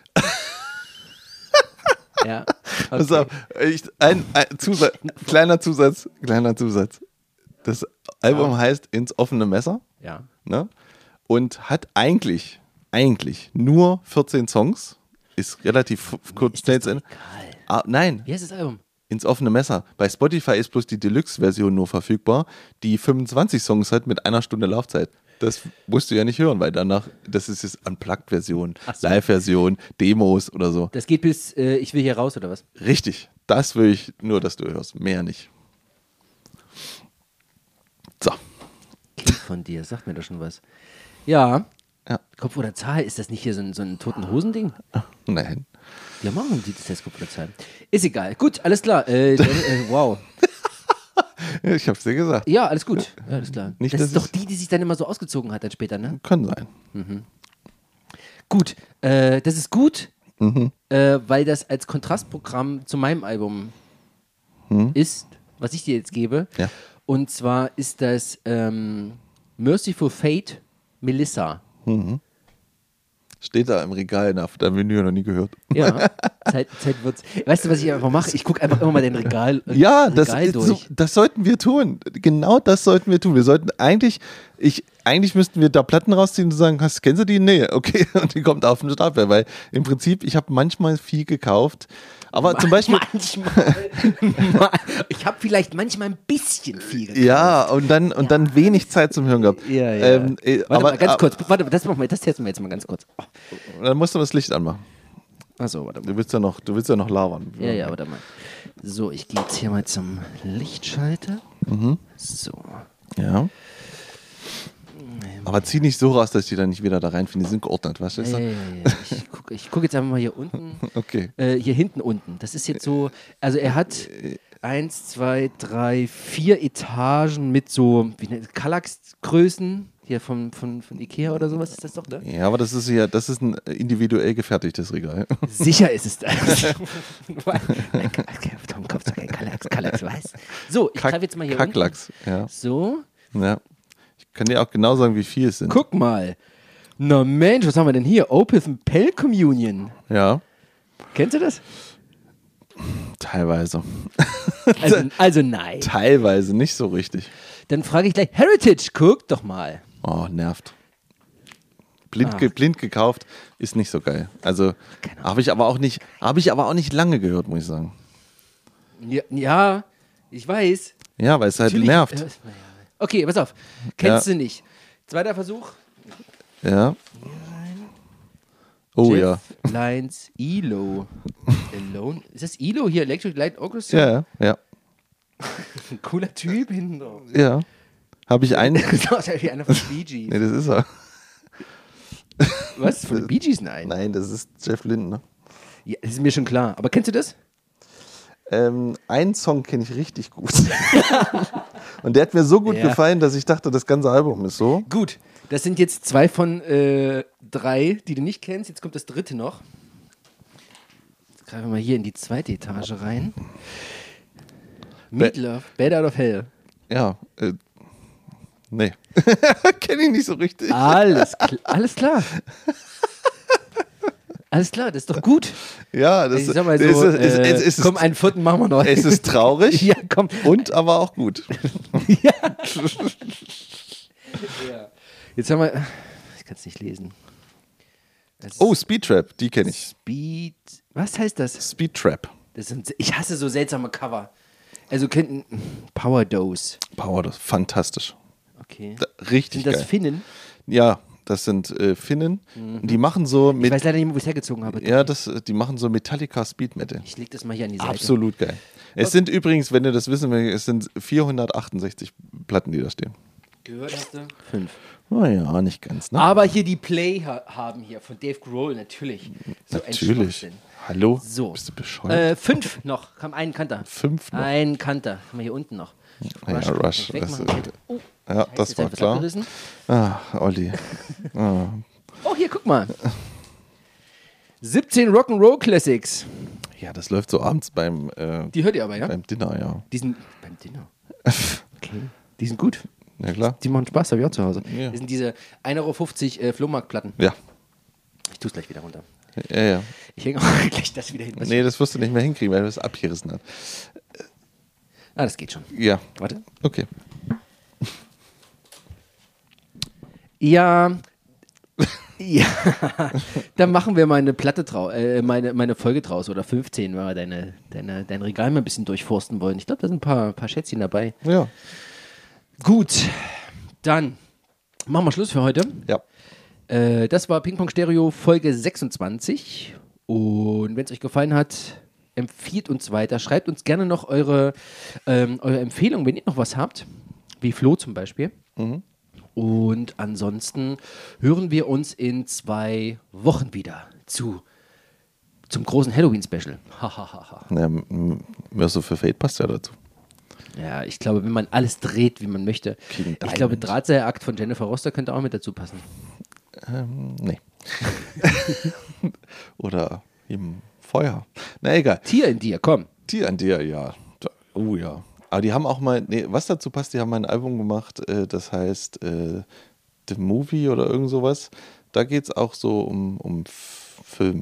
Ja. Okay. Pass auf, kleiner Zusatz. Das Album heißt Ins offene Messer. Ja. Ne? Und hat eigentlich nur 14 Songs. Ist relativ kurz. Ist das doch egal. Nein. Wie heißt das Album? Ins offene Messer. Bei Spotify ist bloß die Deluxe-Version nur verfügbar, die 25 Songs hat mit 1 Stunde Laufzeit. Das musst du ja nicht hören, weil danach, das ist jetzt Unplugged-Version, Live-Version, Demos oder so. Das geht bis Ich will hier raus, oder was? Richtig. Das will ich nur, dass du hörst. Mehr nicht. So. Kind von dir, sagt mir doch schon was. Ja. Kopf oder Zahl, ist das nicht hier so ein toten Hosen-Ding? Nein. Ja, machen die das jetzt Kopf oder Zahl. Ist egal. Gut, alles klar. Wow. Ich hab's dir gesagt. Ja, alles gut. Ja, alles klar. Nicht, das ist doch die sich dann immer so ausgezogen hat dann später, ne? Kann sein. Mhm. Gut. Das ist gut, weil das als Kontrastprogramm zu meinem Album ist, was ich dir jetzt gebe. Ja. Und zwar ist das Merciful Fate Melissa. Steht da im Regal auf der Menü, noch nie gehört. Ja, Zeit wird's. Weißt du, was ich einfach mache? Ich gucke einfach immer mal den Regal das, durch. das sollten wir tun. Genau das sollten wir tun. Wir sollten eigentlich müssten wir da Platten rausziehen und sagen, kennst du die? Nee, okay. Und die kommt auf den Stapel, weil im Prinzip, ich habe manchmal viel gekauft. Aber zum Beispiel. Ich habe vielleicht manchmal ein bisschen viel gekauft. Ja, und dann wenig Zeit zum Hören gehabt. Ja. Warte aber mal, ganz kurz. Warte, das testen wir jetzt mal ganz kurz. Oh. Dann musst du das Licht anmachen. Achso, warte mal. Du willst ja noch labern. Ja, warte mal. So, ich gehe jetzt hier mal zum Lichtschalter. So. Ja. Aber zieh nicht so raus, dass ich die dann nicht wieder da reinfinde. Die sind geordnet, weißt du? Ja. Ich guck jetzt einfach mal hier unten. Okay. Hier hinten unten. Das ist jetzt so, also er hat 1, 2, 3, 4 Etagen mit so Kallax-Größen. Hier von Ikea oder sowas ist das doch, ne? Ja, aber das ist ein individuell gefertigtes Regal. Sicher ist es das. Tom Kopf doch kein Kallax weiß. So, ich greife jetzt mal hier Kacklachs, unten. ja. So. Ja. Ich kann dir auch genau sagen, wie viel es sind. Guck mal. Na Mensch, was haben wir denn hier? Opeth and Pale Communion. Ja. Kennst du das? Teilweise. Also nein. Teilweise, nicht so richtig. Dann frage ich gleich, Heritage, guck doch mal. Oh, nervt. Blind gekauft ist nicht so geil. Also habe ich aber auch nicht lange gehört, muss ich sagen. Ja, ich weiß. Ja, weil es halt Natürlich, nervt. Okay, pass auf. Kennst du nicht? Zweiter Versuch. Ja. Oh Jeff Lines ELO. Alone. Ist das ELO hier? Electric Light Orchestra? Ja. Ein cooler Typ hinten drauf. Ja. Habe ich einen. Das ist wie einer von den Bee Gees. Nee, das ist er. Was? Von den Bee Gees? Nein, das ist Jeff Lynne, ne? Ja, das ist mir schon klar. Aber kennst du das? Einen Song kenne ich richtig gut. Und der hat mir so gut gefallen, dass ich dachte, das ganze Album ist so. Gut, das sind jetzt 2 von 3, die du nicht kennst. Jetzt kommt das dritte noch. Jetzt greifen wir mal hier in die zweite Etage rein. Meatloaf, Bad Out of Hell. Ja, nee. Kenne ich nicht so richtig. Alles klar. Alles klar, das ist doch gut. Ja, das ich sag mal so, komm, einen vierten machen wir noch. Es ist traurig ja, komm. Und aber auch gut. ja. Jetzt haben wir, ich kann es nicht lesen. Speed Trap, die kenne ich. Was heißt das? Speed Trap. Ich hasse so seltsame Cover. Also Power Dose. Fantastisch. Okay. Richtig geil. Sind das geil. Finnen? Ja, das sind Finnen. Die machen so ich weiß leider nicht mehr, wo ich es hergezogen habe. Ja, die machen so Metallica Speed Metal. Ich leg das mal hier an die Seite. Absolut geil. Es sind übrigens, wenn du das wissen willst, es sind 468 Platten, die da stehen. Gehört hast du? 5. Naja, nicht ganz, ne? Aber hier die Play haben hier von Dave Grohl, natürlich. So natürlich. Hallo? So. Bist du bescheuert? 5 noch. Komm, einen Kanter. 5 noch? Einen Kanter. Haben wir hier unten noch. Rush. Ja, das war klar. Abgerissen. Olli. Oh, hier, guck mal. 17 Rock'n'Roll Classics. Ja, das läuft so abends beim Die hört ihr aber, ja? Beim Dinner, ja. Die sind beim Dinner. Okay. Die sind gut. Ja, klar. Die machen Spaß, habe ich auch zu Hause. Ja. Das sind diese 1,50 € Flohmarktplatten. Ja. Ich tue es gleich wieder runter. Ja. Ich hänge auch gleich das wieder hin. Nee, das wirst du nicht mehr hinkriegen, weil du es abgerissen hast. Das geht schon. Ja. Warte. Okay. Ja. Dann machen wir mal eine Platte meine Folge draus oder 15, wenn wir dein Regal mal ein bisschen durchforsten wollen. Ich glaube, da sind ein paar Schätzchen dabei. Ja. Gut, dann machen wir Schluss für heute. Ja. Das war Ping Pong Stereo Folge 26. Und wenn es euch gefallen hat, empfiehlt uns weiter. Schreibt uns gerne noch eure Empfehlungen, wenn ihr noch was habt. Wie Flo zum Beispiel. Mhm. Und ansonsten hören wir uns in 2 Wochen wieder zum großen Halloween-Special. Ja, Mercy for Fate passt ja dazu. Ja, ich glaube, wenn man alles dreht, wie man möchte. Ich glaube, Drahtseilakt von Jennifer Rostock könnte auch mit dazu passen. Nee. Oder im Feuer. Na egal. Tier in dir, komm. Tier in dir, ja. Oh ja. Aber die haben auch mal, was dazu passt, die haben mal ein Album gemacht, das heißt The Movie oder irgend sowas. Da geht es auch so um Film.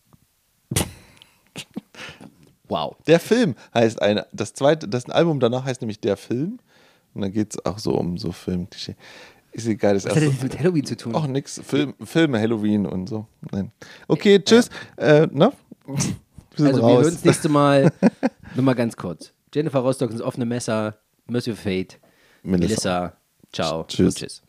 Wow. Der Film heißt das Album danach heißt nämlich Der Film. Und dann geht es auch so um so Filmklischee. Ist egal, das Was hat das mit Halloween zu tun? Auch nix. Filme, Halloween und so. Nein. Okay, tschüss. Ne? Also wir hören uns nächste Mal nur mal ganz kurz. Jennifer Rostock ins offene Messer, Mercy of Fate, Melissa, ciao Tschüss. und tschüss.